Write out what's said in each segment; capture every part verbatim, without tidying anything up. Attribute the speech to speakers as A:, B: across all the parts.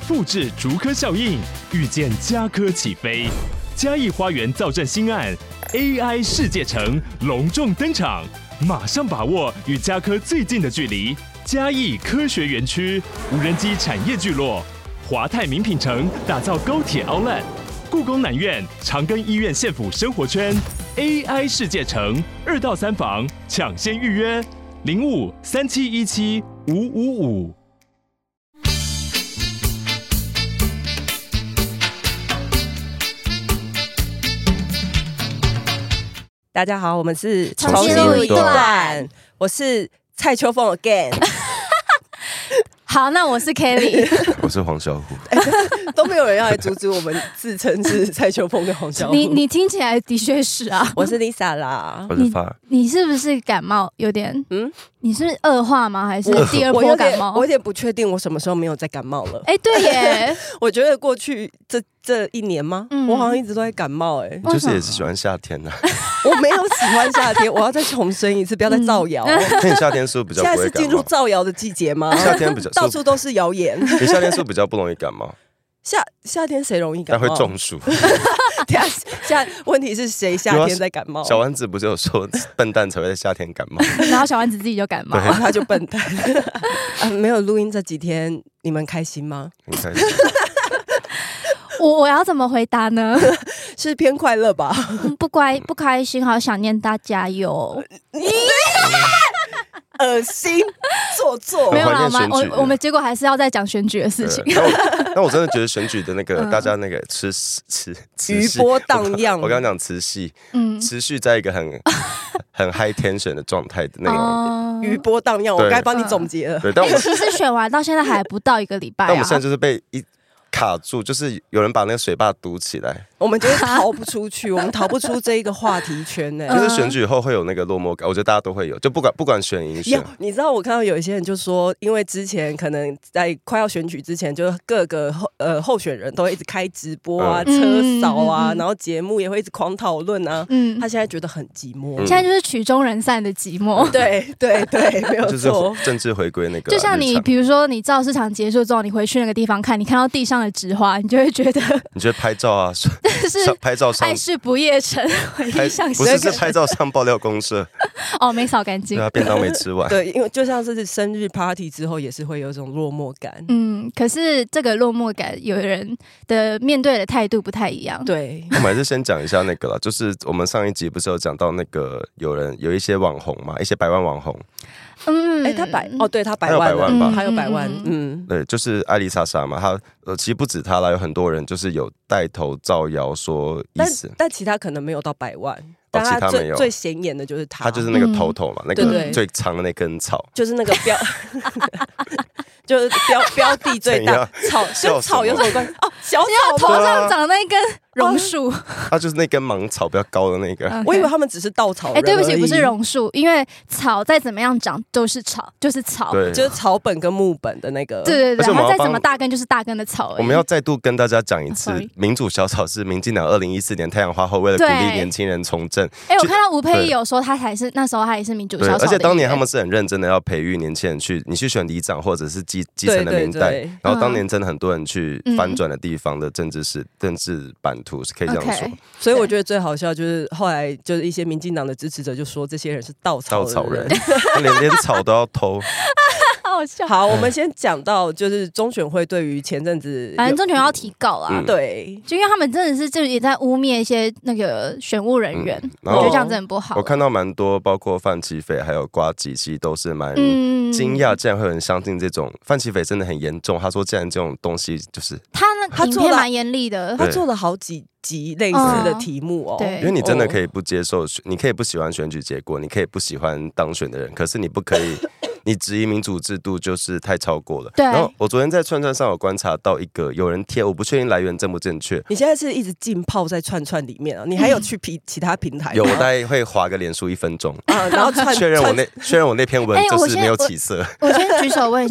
A: 复制竹科效应，预见家科起飞。嘉义花园造镇新案 A I 世界城隆重登场，马上把握与家科最近的距离。嘉义科学园区无人机产业聚落，华泰名品城打造高铁 Outlet， 故宫南院长庚医院县府生活圈 A I 世界城二到三房抢先预约零五三七一七五五五。
B: 大家好，我们是
C: 重新录一段，
B: 我是蔡秋凤 again。
C: 好，那我是 Kelly，
D: 我是黄小虎、
B: 欸，都没有人要来阻止我们自称是蔡秋凤跟黄小虎。
C: 你你听起来的确是啊，
B: 我是 Lisa 啦，
D: 我是发。
C: 你是不是感冒有点？嗯，你是恶化吗？还是第二波感冒？
B: 我有点不确定，我什么时候没有在感冒了？
C: 哎、欸，对耶，
B: 我觉得过去这这一年吗、嗯？我好像一直都在感冒、欸，哎，
D: 就是也是喜欢夏天啊。
B: 我没有喜欢夏天，我要再重申一次，不要再造谣。那、
D: 嗯、你夏天是不是比较不会感冒？
B: 现在是进入造谣的季节吗？
D: 夏天比较
B: 到处都是谣言。
D: 你夏天是不是比较不容易感冒？
B: 夏夏天谁容易感冒？
D: 但会中暑。
B: 夏问题是谁夏天在感冒？
D: 小丸子不是有说笨蛋才会在夏天感冒，
C: 然后小丸子自己就感冒，
B: 他就笨蛋。啊，没有录音这几天，你们开心吗？
D: 很开心。
C: 我我要怎么回答呢？
B: 是偏快乐吧？
C: 不乖不开心，好想念大家哟。
B: 恶心做作，
C: 没有啦，我们我我们结果还是要再讲选举的事情。
D: 那 我, 那我真的觉得选举的那个、嗯、大家那个持持
B: 余波荡漾。
D: 我刚刚讲持续，嗯，持续在一个很很 high tension 的状态的那种
B: 余波荡漾。我该帮你总结了。
D: 对，但我们
C: 其实选完到现在还不到一个礼拜、啊，
D: 但我们现在就是被一卡住，就是有人把那个水坝堵起来。
B: 我们就是逃不出去，我们逃不出这一个话题圈呢、
D: 欸。就是选举后会有那个落寞感，我觉得大家都会有，就不管不管选赢选。
B: 你知道我看到有一些人就说，因为之前可能在快要选举之前，就各个候呃候选人都会一直开直播啊、嗯、车扫啊、嗯，然后节目也会一直狂讨论啊。嗯，他现在觉得很寂寞，
C: 现在就是曲终人散的寂寞。
B: 嗯、对对对，没有错，
D: 就是政治回归那个、啊。
C: 就像你比如说，你造市场结束之后，你回去那个地方看，你看到地上的纸花，你就会觉得，
D: 你觉得拍照啊，是拍照。
C: 爱是不夜城，回忆向
D: 不是是拍照上爆料公社
C: 哦，没扫干净，
D: 对啊，便当没吃完。
B: 对，因为就像是生日 party 之后，也是会有一种落寞感。
C: 嗯，可是这个落寞感，有人的面对的态度不太一样。
B: 对，
D: 我们还是先讲一下那个啦，就是我们上一集不是有讲到那个有人有一些网红嘛，一些百万网红。
B: 嗯，哎、欸，他百哦，对他百万，
D: 他有百万吧？
B: 他有百万，嗯，
D: 对，就是艾丽莎莎嘛，她呃，其实不止她啦，有很多人就是有带头造谣说意思，
B: 但但其他可能没有到百万，但他最、哦、最显眼的就是他，
D: 他就是那个头头嘛，嗯、那
B: 对对
D: 个最长的那根草，
B: 就是那个标，就是标标的最大草，跟草有什么关系？哦，小草
C: 头上长那一根榕树，
D: 它就是那根芒草比较高的那个。
B: Okay. 我以为他们只是稻草人。
C: 哎、欸，对不起，不是榕树，因为草再怎么样长都是草，就是草，
B: 就是草本跟木本的那个。
C: 对对对，它再怎么大根就是大根的草而已。
D: 我们要再度跟大家讲一次， oh, 民主小草是民进党二零一四年太阳花后为了鼓励年轻人从政。
C: 哎、欸，我看到吴佩仪有说他才是那时候他也是民主小草，
D: 而且当年他们是很认真的要培育年轻人去，你去选里长或者是基基层的民代。对对对，然后当年真的很多人去翻转的地方的政治是、嗯、政治版图是可以这样说。
B: Okay. 所以我觉得最好笑就是后来就是一些民进党的支持者就说这些人是稻草人，
D: 稻草人，连连草都要偷。
C: 好笑。
B: 好，我们先讲到就是中选会对于前阵子，
C: 反正中选会要提告啦、嗯，
B: 对，
C: 就因为他们真的是就也在污蔑一些那个选务人员、嗯，我觉得这样真的不好。
D: 我看到蛮多，包括范琪斐还有呱吉，其实都是蛮惊讶，竟然会有人相信这种。范琪斐真的很严重，他说竟然这种东西就是
C: 他那影片蛮严厉的，
B: 他做了好几集类似的题目哦，
C: 对，
D: 因为你真的可以不接受，你可以不喜欢选举结果，你可以不喜欢当选的人，可是你不可以。你质疑民主制度就是太超过了。
C: 对。
D: 然后我昨天在串串上有观察到一个有人贴，我不确定来源正不正确。
B: 你现在是一直浸泡在串串里面啊？你还有去其其他平台吗？
D: 有，我大概会滑个脸书一分钟
B: 啊，然后
D: 确认我那确认我那篇文就是没有起色。
C: 欸、我, 我, 我先举手问一下，我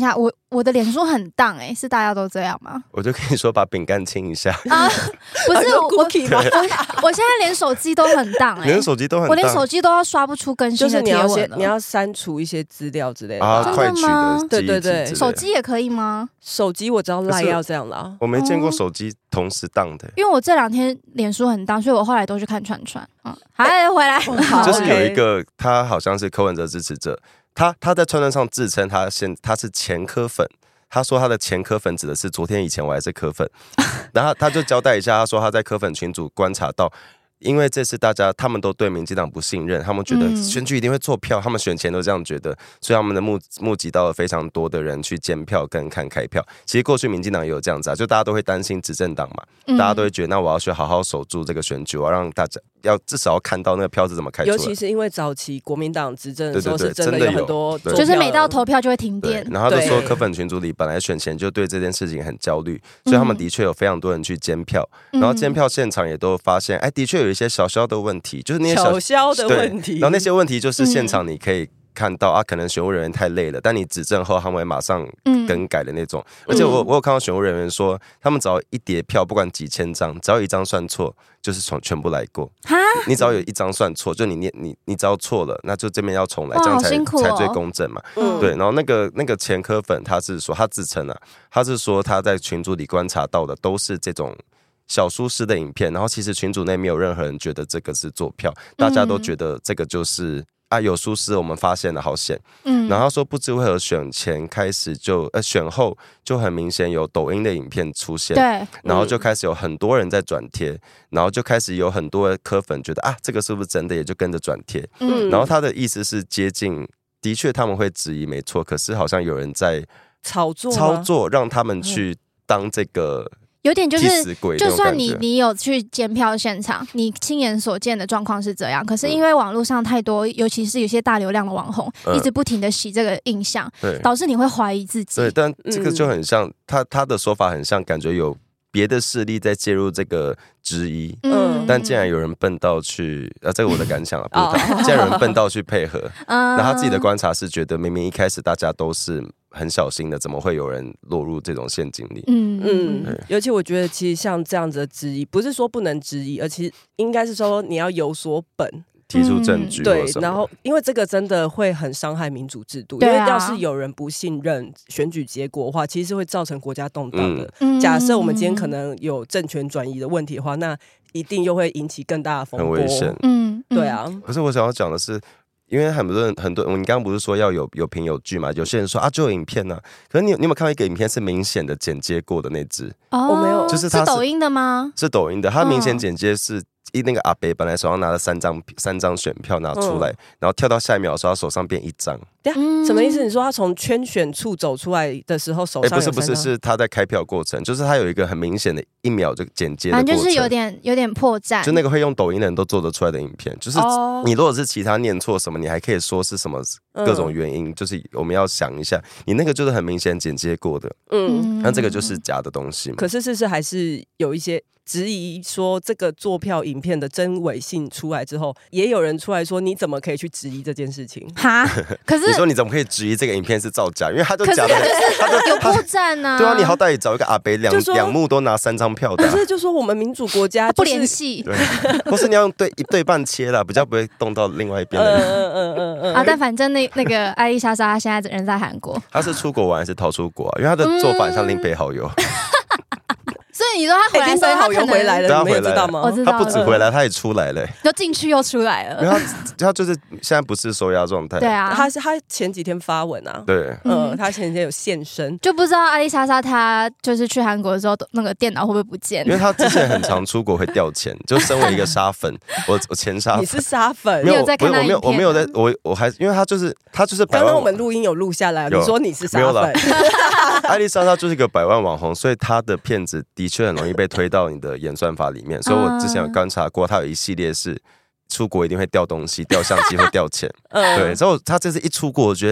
C: 我的脸书很荡哎、欸，是大家都这样吗？
D: 我就跟你说，把饼干清一下
C: 啊，不是我，我我我现在连手机都很荡哎、欸，
D: 连手机都很荡，
C: 我连手机都要刷不出更新的贴文了，
B: 就是你要你要删除一些资料之类的
D: 啊，快取的，
B: 对对对，
C: 手机也可以吗？
B: 手机我知道赖要这样啦，
D: 我没见过手机同时荡的、欸，
C: 因为我这两天脸书很荡，所以我后来都去看串串，嗯，还回来，
D: 就是有一个他好像是柯文哲支持者。他他在串串上自称他现他是前柯粉，他说他的前柯粉指的是昨天以前我还是柯粉，然后他就交代一下，他说他在柯粉群组观察到，因为这次大家他们都对民进党不信任，他们觉得选举一定会做票，他们选前都这样觉得，所以他们的募募集到了非常多的人去监票跟看开票。其实过去民进党也有这样子啊，就大家都会担心执政党嘛，大家都会觉得那我要去好好守住这个选举，我要让大家。要至少要看到那个票是怎么开出来，
B: 尤其是因为早期国民党执政的时候是真的有很多，
C: 就是每到投票就会停电。
D: 然后他就说柯粉群组里本来选前就对这件事情很焦虑，所以他们的确有非常多人去监票，然后监票现场也都发现，哎，的确有一些小小的问题，就是那些
B: 小小的问题，
D: 然后那些问题就是现场你可以。看到啊，可能选务人员太累了，但你指正后他们会马上更改的那种。嗯、而且我我有看到选务人员说，他们只要一叠票，不管几千张，只要一张算错，就是从全部来过。你只要有一张算错，就你你你你只要错了，那就这边要重来，这样才、哦、才最公正嘛。嗯、对，然后那个那个前科粉他是说他自称啊，他是说他在群组里观察到的都是这种。小疏失的影片，然后其实群组内没有任何人觉得这个是做票，大家都觉得这个就是啊有疏失，我们发现了好险。嗯，然后他说不知为何选前开始就呃选后就很明显有抖音的影片出现，
C: 对，
D: 然后就开始有很多人在转贴，然后就开始有很多柯粉觉得啊这个是不是真的，也就跟着转贴。嗯，然后他的意思是接近，的确他们会质疑没错，可是好像有人在
B: 炒作
D: 操作，让他们去当这个。
C: 有点就是，就算你你有去监票现场，你亲眼所见的状况是这样，可是因为网络上太多，尤其是有些大流量的网红，嗯、一直不停的洗这个印象，导致你会怀疑自己。
D: 对，但这个就很像、嗯、他他的说法很像，感觉有别的势力在介入这个质疑。嗯，但竟然有人笨到去，啊，这个我的感想啊，不是他，竟然有人笨到去配合。嗯，那他自己的观察是觉得，明明一开始大家都是。很小心的，怎么会有人落入这种陷阱里？
B: 嗯嗯，尤其我觉得，其实像这样子的质疑，不是说不能质疑，而其实应该是说你要有所本，
D: 提出证据、嗯。
B: 对，然后因为这个真的会很伤害民主制度，啊、因为要是有人不信任选举结果的话，其实会造成国家动荡的。嗯、假设我们今天可能有政权转移的问题的话，那一定又会引起更大的风波，
D: 很危险。
C: 嗯，
B: 对啊。
D: 可是我想要讲的是。因为很多人很多，你刚刚不是说要有有凭有据嘛？有些人说啊，就有影片呢、啊。可是你你有没有看到一个影片是明显的剪接过的那支？
C: 哦，
B: 我没有，
C: 就是它是抖音的吗？
D: 是抖音的，它明显剪接是。一那个阿伯本来手上拿了三张三张选票拿出来，嗯、然后跳到下一秒的时候，他手上变一张。
B: 对啊，嗯、什么意思？你说他从圈选处走出来的时候，手上有三张？
D: 欸、不是不是，是他在开票过程，就是他有一个很明显的一秒就剪接的过程，
C: 反正就是有点有点破绽。
D: 就那个会用抖音的人都做得出来的影片，就是你如果是其他念错什么，你还可以说是什么各种原因，嗯、就是我们要想一下，你那个就是很明显剪接过的，嗯，那这个就是假的东西嘛。
B: 可是事实还是有一些。质疑说这个做票影片的真伪性出来之后，也有人出来说你怎么可以去质疑这件事情？
C: 哈，可是
D: 你说你怎么可以质疑这个影片是造假？因为他就假的，
C: 他就有破绽啊。
D: 对啊，你好歹也找一个阿伯两两幕都拿三张票的、啊。
B: 可是就说我们民主国家、就是、
C: 不联系，
D: 对，或是你要用对一对半切啦，比较不会动到另外一边的人。嗯嗯
C: 嗯嗯啊，但反正那那个艾丽莎莎现在人在韩国，
D: 他是出国玩还是逃出国啊？因为他的做法很像林北好友。
C: 嗯所以你说他回来的时候，他可能
B: 回来了，你们也知道吗？
C: 我知道，
D: 他不止回来，他也出来了、欸，
C: 就进去又出来了。
D: 然后他, 他就是现在不是收押状态，
C: 对啊，
B: 他是他前几天发文啊，
D: 对，
B: 嗯，他前几天有现身，
C: 就不知道艾丽莎莎她就是去韩国的时候，那个电脑会不会不见？
D: 因为他之前很常出国会掉钱，就身为一个沙粉，我我前沙粉，
B: 你是沙粉，
C: 你有在看那影片？
D: 我没有，我没有在，我我还因为他就是他就是
B: 刚刚我们录音有录下来，你说你是沙粉，
D: 艾丽莎莎就是一个百万网红，所以她的片子的确很容易被推到你的演算法里面，所以我之前有观察过，他有一系列是出国一定会掉东西、掉相机或掉钱，对，之后他这次一出国，我觉得哎、欸，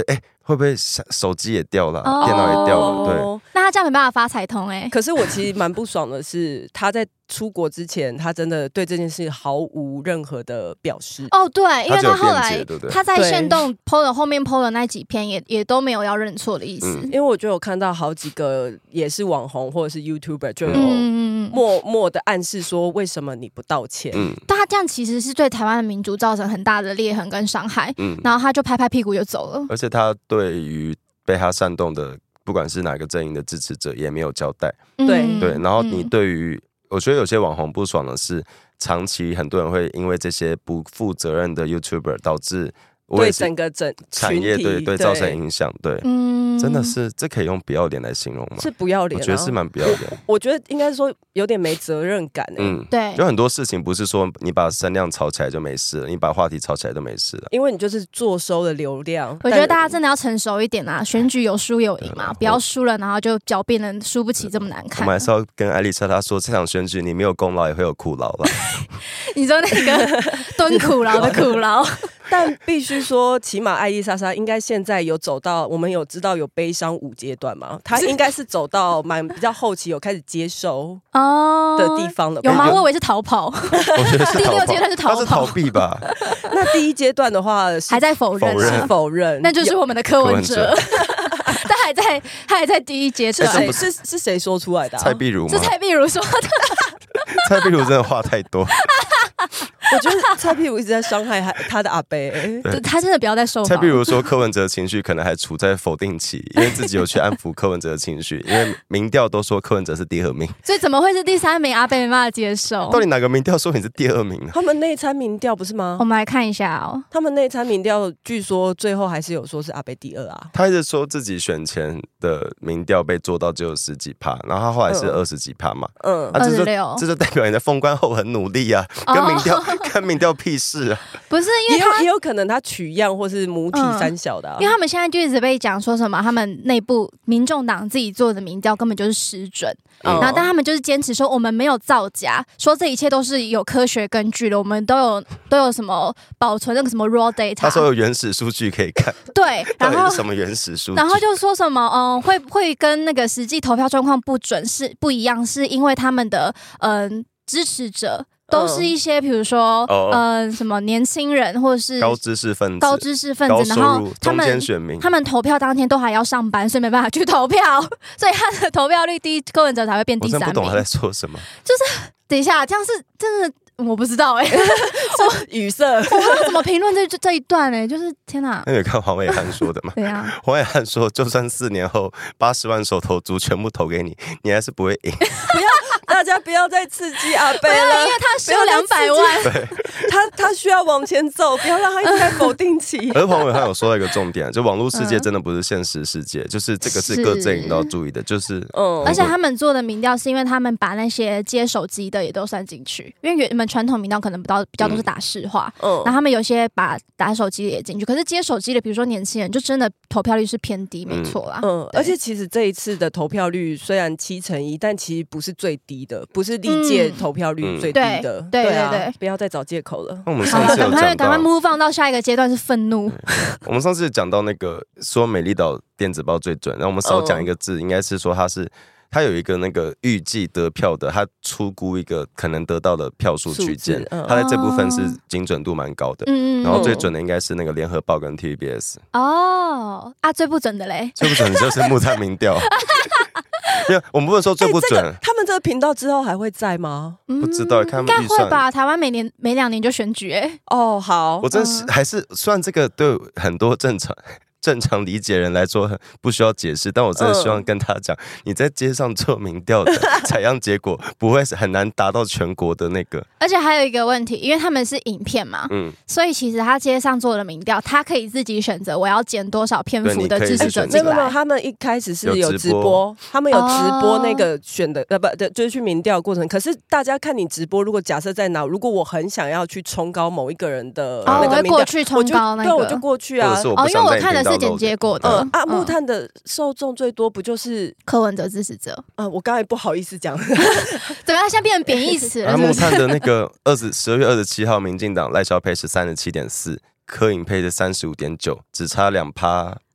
D: 会不会手机也掉了，哦、电脑也掉了？对，
C: 那他这样没办法发财通哎、欸。
B: 可是我其实蛮不爽的是，他在出国之前，他真的对这件事毫无任何的表示。
C: 哦，对，因为他后来他在限动 po 了后面 po 的那几篇也也都没有要认错的意思、嗯。
B: 因为我就有看到好几个也是网红或者是 YouTuber 就有默默的暗示说，为什么你不道歉？
C: 嗯，但他这样其实是对台湾的民主造成很大的裂痕跟伤害。嗯，然后他就拍拍屁股就走了。
D: 而且他对于被他煽动的，不管是哪个阵营的支持者，也没有交代。
B: 对、
C: 嗯、
D: 对，然后你对于，我觉得有些网红不爽的是，长期很多人会因为这些不负责任的 YouTuber 导致
B: 对整个整
D: 产业对对造成影响。对，嗯，真的是这可以用不要脸来形容吗？
B: 是不要脸、啊，
D: 我觉得是蛮不要脸。
B: 我觉得应该说有点没责任感、欸。
C: 嗯，对，
D: 有很多事情不是说你把声量炒起来就没事了，你把话题炒起来就没事了，
B: 因为你就是坐收的流量。
C: 我觉得大家真的要成熟一点啊，选举有输有赢嘛，不要输了然后就狡辩了，输不起这么难看。
D: 我们还是要跟艾丽莎她说，这场选举你没有功劳也会有苦劳了。
C: 你说那个蹲苦劳的苦劳。
B: 但必须说，起码艾丽莎莎应该现在有走到，我们有知道有悲伤五阶段嘛？她应该是走到蛮比较后期，有开始接受的地方了。
C: 有吗？我以为是逃跑。
D: 我觉得是逃跑。第六阶段是逃跑，他是逃避吧？
B: 那第一阶段的话
C: 还在否认，
B: 是否认，
C: 那就是我们的柯文哲。他还在，他还在第一阶段。
B: 是谁？是是谁说出来的、啊？
D: 蔡壁如吗？
C: 是蔡壁如说的。
D: 蔡壁如真的话太多。
B: 我觉得蔡壁如一直在伤害他的阿伯、欸，
C: 他真的不要再受访。
D: 蔡壁如说柯文哲的情绪可能还处在否定期，因为自己有去安抚柯文哲的情绪，因为民调都说柯文哲是第二名，
C: 所以怎么会是第三名？阿伯没办法接受。
D: 到底哪个民调说你是第二名、啊？
B: 他们内参民调不是吗？
C: 我们来看一下哦。
B: 他们内参民调据说最后还是有说是阿伯第二啊。
D: 他一直说自己选前的民调被做到只有十几趴，然后他后来是二十几趴嘛。嗯，
C: 二十六，
D: 这就代表你在封关后很努力啊，跟民调、哦、跟民调屁事啊。
C: 不是，因为
B: 也有也有可能他取样或是母体三小的、啊
C: 嗯，因为他们现在就一直被讲说什么，他们内部民众党自己做的民调根本就是失准。嗯、然后，但他们就是坚持说我们没有造假，说这一切都是有科学根据的，我们都有都有什么保存那个什么 raw data。
D: 他说有原始数据可以看。
C: 对，然后
D: 什么原始数据？
C: 然后就说什么嗯，会会跟那个实际投票状况不准是不一样，是因为他们的嗯支持者。都是一些，比如说，嗯、呃，什么年轻人，或者是
D: 高知识分子、
C: 高知识分子，然后他们
D: 选民，
C: 他们投票当天都还要上班，所以没办法去投票，所以他的投票率低，柯文哲才会变第三名。
D: 我真不懂他在说什么。
C: 就是等一下，这样是真的。我不知道哎、欸，
B: 我语塞，我
C: 不知道怎么评论这这一段哎、欸，就是天哪！
D: 那你有看黄伟汉说的吗？
C: 对呀、啊，
D: 黄伟汉说，就算四年后八十万手头族全部投给你，你还是不会赢。
B: 不要，大家不要再刺激阿伯了，
C: 因为他需要两百万，
B: 他他需要往前走，不要让他一直在否定期。
D: 而黄伟汉有说到一个重点，就网络世界真的不是现实世界，嗯、就是这个是各阵营都要注意的，就是
C: 嗯，而且他们做的民调是因为他们把那些接手机的也都算进去，因为原本传统民调可能比较比较都是打市话，嗯，然后他们有些把打手机的也进去，可是接手机的，比如说年轻人，就真的投票率是偏低，没错啦，
B: 嗯，而且其实这一次的投票率虽然七成一，但其实不是最低的，不是历届投票率最低的，
C: 嗯、对对 对,、啊、对，
B: 不要再找借口了。
D: 那我们上次有讲到，
C: 赶快 move on 到下一个阶段是愤怒。
D: 我们上次讲到那个说美丽岛电子报最准，然后我们少讲一个字，嗯、应该是说它是。他有一个那个预计得票的，他初估一个可能得到的票数区间，嗯、他在这部分是精准度蛮高的。嗯、然后最准的应该是那个联合报跟 T V B S。
C: 哦，啊，最不准的嘞？
D: 最不准的就是木炭民调。因为我们不能说最不准、欸这个。
B: 他们这个频道之后还会在吗？
D: 不知道，看他们预算。
C: 应该会吧？台湾每年每两年就选举、欸，哎。
B: 哦，好。
D: 我真是、嗯、还是算这个对很多正常。正常理解人来说不需要解释，但我真的希望跟他讲，嗯、你在街上做民调的采样结果不会是很难达到全国的那个。
C: 而且还有一个问题，因为他们是影片嘛，嗯，所以其实他街上做的民调，他可以自己选择我要剪多少篇幅的支持者进来。
B: 没有，他们一开始是有直播，他们有直播那个选的、哦、呃不就是去民调的过程。可是大家看你直播，如果假设在哪，如果我很想要去冲高某一个人的那个民调，
C: 哦、我会过去冲高那个，
B: 对，我就过去啊。
C: 哦，因为我看的是剪接过的。
B: 嗯啊，木炭的受众最多不就是
C: 柯文哲支持者？
B: 啊，我刚才不好意思讲，
C: 怎么样？现在变成贬义词了？
D: 木炭的那个二十十二月二十七号，民进党赖萧配是三十七点四，柯颖配是三十五点九，只差两趴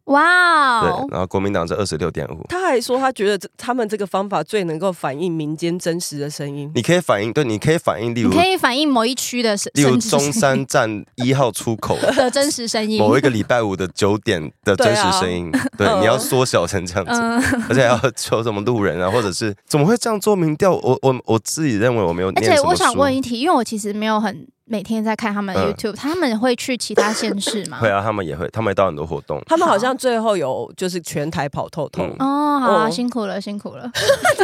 C: 哇、wow
D: 对，然后国民党是二十六点五。
B: 他还说他觉得他们这个方法最能够反映民间真实的声音。
D: 你可以反映，对，你可以反映，例如
C: 你可以反映某一区的声音，
D: 例如中山站一号出口
C: 的真实声音，
D: 某一个礼拜五的九点的真实声音。对, 啊、对，你要缩小成这样子，嗯、而且还要求什么路人啊，或者是怎么会这样做民调？我我我自己认为我没有念什么书。
C: 而且我想问一题，因为我其实没有很。每天在看他们的 YouTube，、嗯、他们会去其他县市吗？
D: 会啊，他们也会，他们也到很多活动。
B: 他们好像最后有就是全台跑透透。
C: 嗯、哦，好、啊，哦、辛苦了，辛苦了。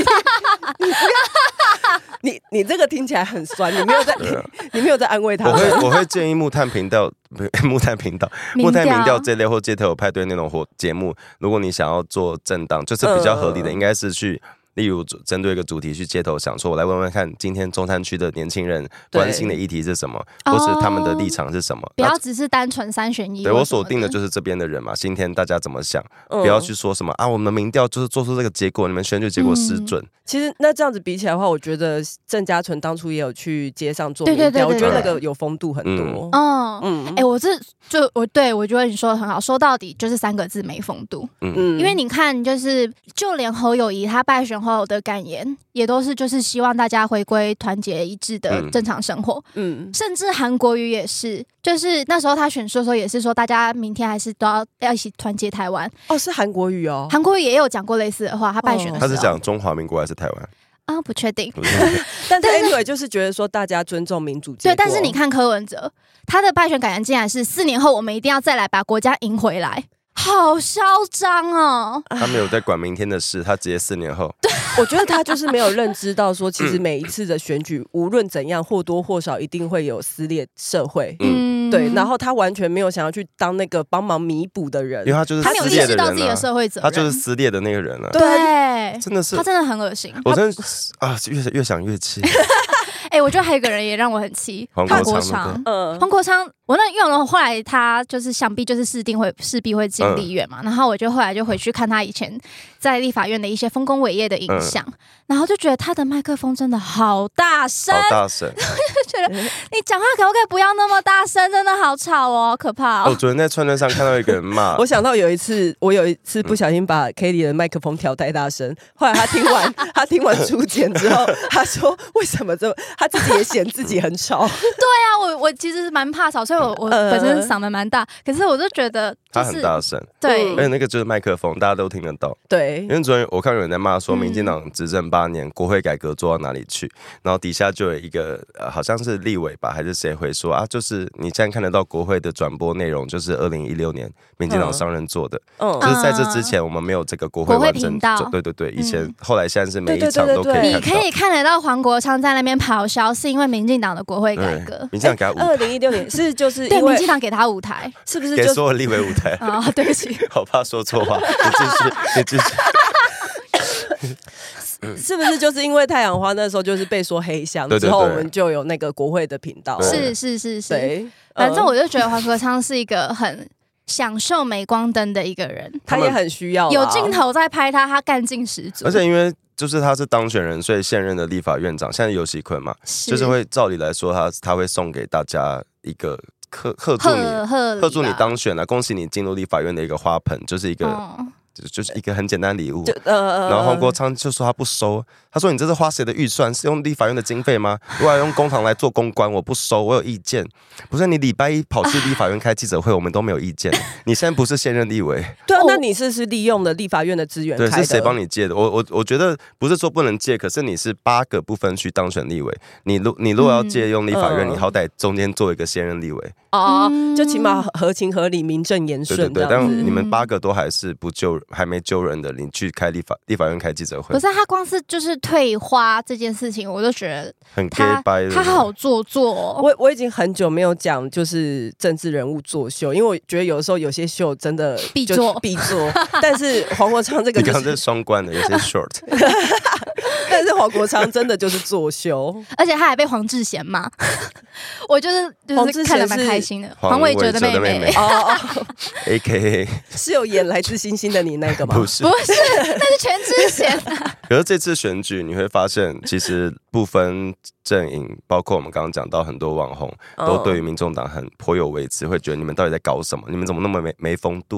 B: 你你这个听起来很酸，你没有在、啊、你没有在安慰他。
D: 我会我会建议木炭频道、木炭频道、木炭民调这类或街头有派对那种活节目，如果你想要做政党，就是比较合理的，嗯、应该是去。例如针对一个主题去街头想说，我来问问看，今天中山区的年轻人关心的议题是什么，或是他们的立场是什么？
C: 不要只是单纯三选一。
D: 对，我锁定的就是这边的人嘛，今天大家怎么想？嗯、不要去说什么啊，我们的民调就是做出这个结果，你们选举结果失准。嗯、
B: 其实那这样子比起来的话，我觉得郑家纯当初也有去街上做民调，对对对对对，我觉得那个有风度很多。
C: 嗯嗯，哎、欸，我这就我对我觉得你说的很好，说到底就是三个字，没风度。嗯，因为你看，就是就连侯友宜他败选后的感言。也都是就是希望大家回归团结一致的正常生活，嗯，甚至韩国瑜也是，就是那时候他选书的时候也是说，大家明天还是都要要一起团结台湾。
B: 哦，是韩国瑜哦，
C: 韩国瑜也有讲过类似的话，他败选的时候，
D: 他是讲中华民国还是台湾？
C: 啊，不确定。
B: 但是 anyway 就是觉得说大家尊重民主结果。
C: 对，但是你看柯文哲，他的败选感言竟然是四年后我们一定要再来把国家赢回来。好嚣张哦！
D: 他没有在管明天的事，他直接四年后。
B: 我觉得他就是没有认知到说，其实每一次的选举，无论怎样，或多或少一定会有撕裂社会。嗯，对。然后他完全没有想要去当那个帮忙弥补的人，
D: 因为他就是撕裂的人、啊、
C: 他没有意识到自己的社会责任，
D: 他就是撕裂的那个人啊。
C: 对，
D: 真的是，
C: 他真的很恶心。
D: 我真的啊，越越想越气。
C: 哎、欸，我觉得还有一个人也让我很气，
D: 黄国昌。
C: 嗯，黄国昌，我那因为后来他就是想必就是势定会势必会进立院嘛，嗯、然后我就后来就回去看他以前在立法院的一些丰功伟业的影像，嗯、然后就觉得他的麦克风真的好大声，
D: 好大声，
C: 就觉得你讲话可不可以不要那么大声，真的好吵哦，好可怕哦。
D: 我昨天在串串上看到一个人骂，
B: 我想到有一次，我有一次不小心把 Kelly 的麦克风调太大声，后来他听完他听完初剪之后，他说为什么这么？他自己也嫌自己很吵。对
C: 啊，我我其实蛮怕吵，所以我我本身嗓门蛮大，可是我就觉得、就是、
D: 他很大声，
C: 对，
D: 而且那个就是麦克风，大家都听得到。
B: 对，
D: 因为昨天我看有人在骂说，民进党执政八年，嗯、国会改革做到哪里去？然后底下就有一个、呃、好像是立委吧，还是谁回说啊，就是你现在看得到国会的转播内容，就是二零一六年民进党上任做的，嗯、就是在这之前我们没有这个国会完整。对对对，以前、嗯、后来现在是每一场都可以看到。
C: 你可以看得到黄国昌在那边咆哮，是因为民进党的国会改革。
D: 民进党给他舞台，
B: 二零一六年是就是因为
C: 对民进党给他舞台，
B: 是不是、就是、
D: 给所有立委舞台
C: 啊、哦？对不起，
D: 好怕说错话，你继续，你继续。
B: 是不是就是因为太阳花那时候就是被说黑箱，
D: 对对对，
B: 之后我们就有那个国会的频道？
C: 是是是是，对，反正我就觉得黄国昌是一个很享受镁光灯的一个人，
B: 他也很需要
C: 有镜头在拍他，他干劲十足。
D: 而且因为就是他是当选人，所以现任的立法院长现在游锡堃嘛，是就是会照理来说他他会送给大家一个贺贺祝你贺祝你当选了、啊，恭喜你进入立法院的一个花盆，就是一个。哦就是一个很简单的礼物，呃、然后黄国昌就说他不收，他说你这是花谁的预算？是用立法院的经费吗？如果要用公帑来做公关，我不收，我有意见。不是你礼拜一跑去立法院开记者会，我们都没有意见。你现在不是现任立委，
B: 对啊，那你是是利用了立法院的资源开的？
D: 对，是谁帮你借的？我我我觉得不是说不能借，可是你是八个不分区当选立委，你如你如果要借用立法院，嗯、你好歹中间做一个现任立委
B: 哦，就起码合情合理、名正言顺。
D: 对对对，但你们八个都还是不救，还没救人的。你去开立法立法院开记者会，
C: 可是他光是就是退花这件事情，我就觉得
D: 很 gay 掰的，
C: 他好做作、哦。
B: 我我已经很久没有讲就是政治人物作秀，因为我觉得有的时候有些秀真的
C: 必做
B: 必做，但是黄国昌这个、就是、
D: 你刚刚是双关的，有些 short，
B: 但是黄国昌真的就是作秀，
C: 而且他还被黄智贤骂，我就是就是看得蛮开心的。黄伟哲的妹妹
B: 哦
D: ，A K A
B: 是有演《来自星星的你》那个吗？
D: 不是。
C: 不是，那是全智贤、啊。
D: 可是这次选举你会发现，其实不分阵营，包括我们刚刚讲到很多网红，都对于民众党很颇有微词，会觉得你们到底在搞什么？你们怎么那么没没风度？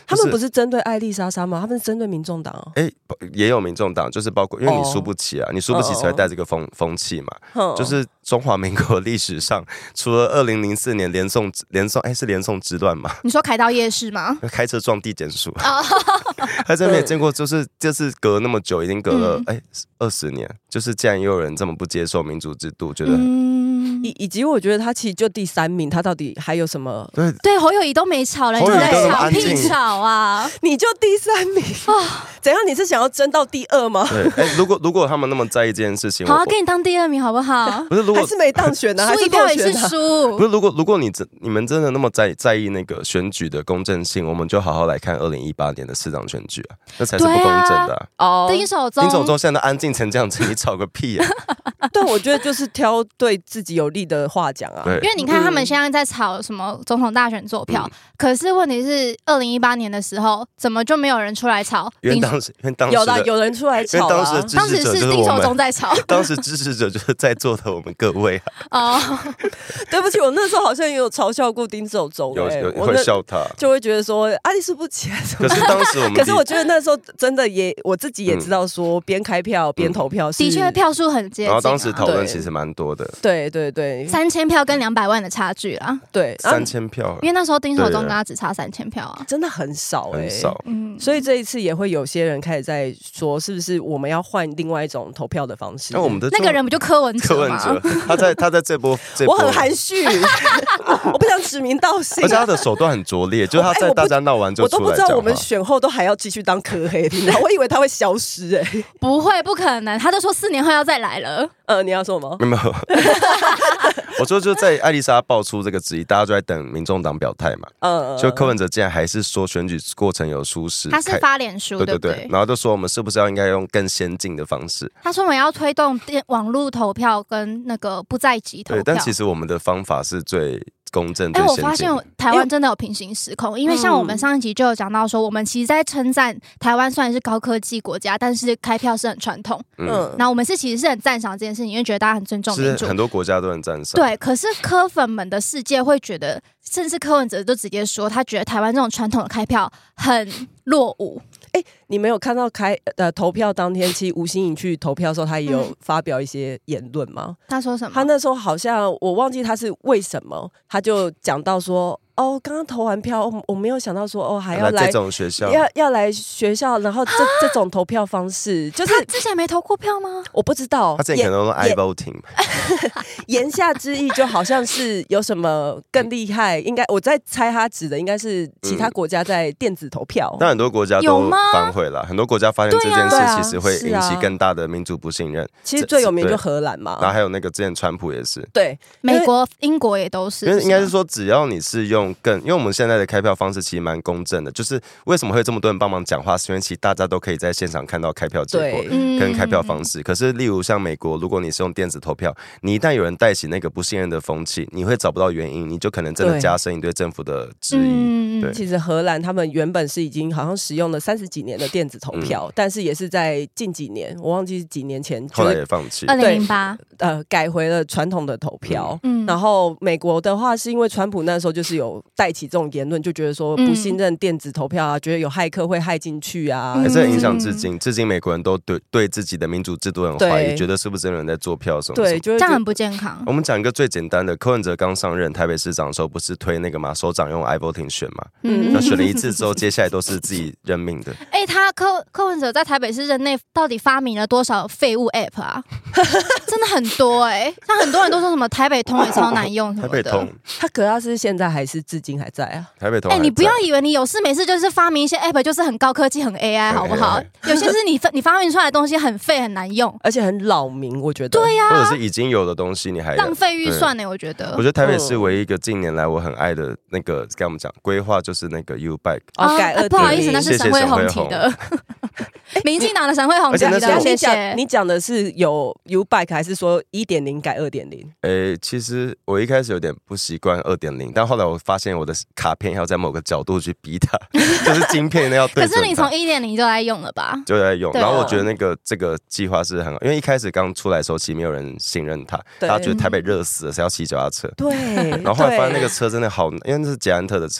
B: 他们不是针对艾丽莎莎吗？他们是针对民众党哦。
D: 哎，也有民众党，就是包括因为你输不起啊，你输不起才会带这个风风气嘛。就是中华民国历史上，除了二零零四年连宋连宋哎是连宋之乱嘛？
C: 你说凯道夜市吗？
D: 开车撞地检署，还真没见过，就是这次隔那么久，已经隔了哎二十年，就是竟然也有人这么不接受民主制度，觉得。
B: 嗯、以以及我觉得他其实就第三名，他到底还有什么？
D: 对
C: 对，侯友宜都没吵了，你在吵屁吵啊！
B: 你就第三名啊？怎样？你是想要争到第二吗？
D: 对，哎，如果如果他们那么在意这件事情，
C: 好、啊，给你当第二名好不好？
D: 不是，如果
B: 还是没当选呢、啊，
C: 输一票也是输。
D: 不是，如果如果你真你们真的那么在在意那个选举的公正性，我们就好好来看二零一八年的市长选举啊，那才是不公正的、啊。
C: 哦、啊，丁守中，
D: 丁守中现在都安静成这样子，你吵个屁啊！
B: 对，我觉得就是挑对自己有利的话讲啊。
C: 因为你看他们现在在吵什么总统大选作票，嗯、可是问题是二零一八年的时候，怎么就没有人出来吵？
D: 因为当时，因为当时
B: 有的有人出来吵、啊，
D: 因为当时
C: 当时是丁守中在吵，
D: 当时支持者就是在座的我们各位啊。
B: 哦，对不起，我那时候好像也有嘲笑过丁守中、
D: 欸，有有会笑他，
B: 就会觉得说啊，你输不起来。
D: 可是当时我们，
B: 可是我觉得那时候真的也我自己也知道说，边开票边投票是，
C: 的确票数很接近、啊。
D: 然后当时讨论其实蛮多的，
B: 对对对，
C: 三千票跟两百万的差距啦，
B: 对，
D: 三千票，
C: 因为那时候丁守中跟他只差三千票啊，
B: 真的很少、欸，
D: 很少，
B: 嗯，所以这一次也会有些人开始在说，是不是我们要换另外一种投票的方式？
D: 那我们的
C: 那个人不就柯文哲吗？
D: 柯文哲，他在他在这波，这波
B: 我很含蓄，我不想指名道姓、啊，
D: 而且他的手段很拙劣，就是他在大家闹完就出来讲话，
B: 我都不知道我们选后都还要继续当柯黑，你知道？我以为他会消失、欸，哎，
C: 不会，不可能，他都说四年后要再来了。
B: 呃，你要说吗？
D: 没有，我说就在艾丽莎爆出这个质疑，大家都在等民众党表态嘛。嗯，就柯文哲竟然还是说选举过程有疏失，
C: 他是发脸书，
D: 对对对，对然后就说我们是不是要应该用更先进的方式？
C: 他说我们要推动电网络投票跟那个不在籍投票，
D: 对，但其实我们的方法是最公正、最先进的。
C: 哎，我发现台湾真的有平行时空，因为像我们上一集就有讲到说，我们其实在称赞台湾虽然是高科技国家，但是开票是很传统。嗯，那我们是其实是很赞赏这件事情，因为觉得大家很尊重民主，
D: 很多国家都很赞赏。
C: 对，可是柯粉们的世界会觉得，甚至柯文哲都直接说，他觉得台湾这种传统的开票很落伍。
B: 哎，你没有看到开呃投票当天，其实吴欣颖去投票的时候，他也有发表一些言论吗？
C: 嗯、他说什么？
B: 他那时候好像我忘记他是为什么，他就讲到说。哦，刚刚投完票，我没有想到说哦，还要来
D: 这种学校，
B: 要要来学校，然后这这种投票方式，就是
C: 他之前没投过票吗？
B: 我不知道，
D: 他之前可能用 iVoting。
B: 言下之意就好像是有什么更厉害，应该我在猜他指的应该是其他国家在电子投票，
D: 但、嗯、很多国家都反悔了，很多国家发现这件事其实会引起更大的民主不信任。啊、
B: 其实最有名就荷兰嘛，
D: 然后还有那个之前川普也是，
B: 对，
C: 美国、英国也都是，
D: 因为应该是说只要你是用更，因为我们现在的开票方式其实蛮公正的，就是为什么会有这么多人帮忙讲话，是因为其实大家都可以在现场看到开票结果跟开票方式。可是例如像美国，如果你是用电子投票，你一旦有人带起那个不信任的风气，你会找不到原因，你就可能真的加深你对政府的质疑。对，
B: 其实荷兰他们原本是已经好像使用了三十几年的电子投票，嗯、但是也是在近几年，我忘记是几年前，
D: 后来也放弃。
C: 二零零八，
B: 呃，改回了传统的投票。嗯，然后美国的话，是因为川普那时候就是有带起这种言论，就觉得说不信任电子投票啊，嗯、觉得有骇客会骇进去啊，
D: 还是影响至今。至今美国人都对对自己的民主制度很怀疑，觉得是不是真的有人在做票什么？
B: 对，
C: 这样很不健康。
D: 我们讲一个最简单的，柯文哲刚上任台北市长的时候，不是推那个嘛，首长用 iVoting 选嘛，嗯，那选了一次之后，接下来都是自己任命的。
C: 哎、欸，他柯柯文哲在台北市任内到底发明了多少废物 App 啊？真的很多哎、欸，像很多人都说什么台北通也超难用什么的。
D: 台北通，
B: 他可要是现在还是至今还在啊？
D: 台北通，
C: 哎、欸，你不要以为你有事没事就是发明一些 App 就是很高科技很 A I 好不好？有些是你你发明出来的东西很废很难用，
B: 而且很扰民，我觉得。
C: 对呀、
D: 啊，或者是已经有的东西你还
C: 浪费预算呢、欸，我觉得。
D: 我觉得台北市唯一一个近年来我很爱的那个跟我们讲规划就是那个 U Bike
B: 哦，改二、
C: 啊、不好意思，那是沈慧虹提的。民进党的沈慧虹提的，谢谢。
B: 你讲的是有 U Bike 还是说一点零改二点零？
D: 诶，其实我一开始有点不习惯二点零，但后来我发现我的卡片要在某个角度去逼它，就是晶片要对准它。
C: 可是你从一点零就在用了吧？
D: 就在用，然后我觉得那个这个计划是很好，因为一开始刚出来的时候，其实没有人信任它，大家觉得台北热死了，是要骑脚踏车。
B: 对。
D: 然后后来发现那个车真的好，因为那是捷安特的车，嗯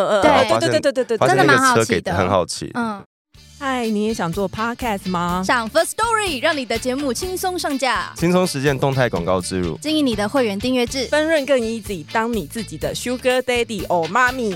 B: 嗯，
C: 对
B: 对对对对对，
C: 真的蛮好骑的，
D: 很好骑。
E: 嗯，嗨，你也想做 podcast 吗？
C: 上 First Story 让你的节目轻松上架，
D: 轻松实践动态广告植入，
C: 经营你的会员订阅制，
E: 分润更 easy， 当你自己的 Sugar Daddy or Mommy。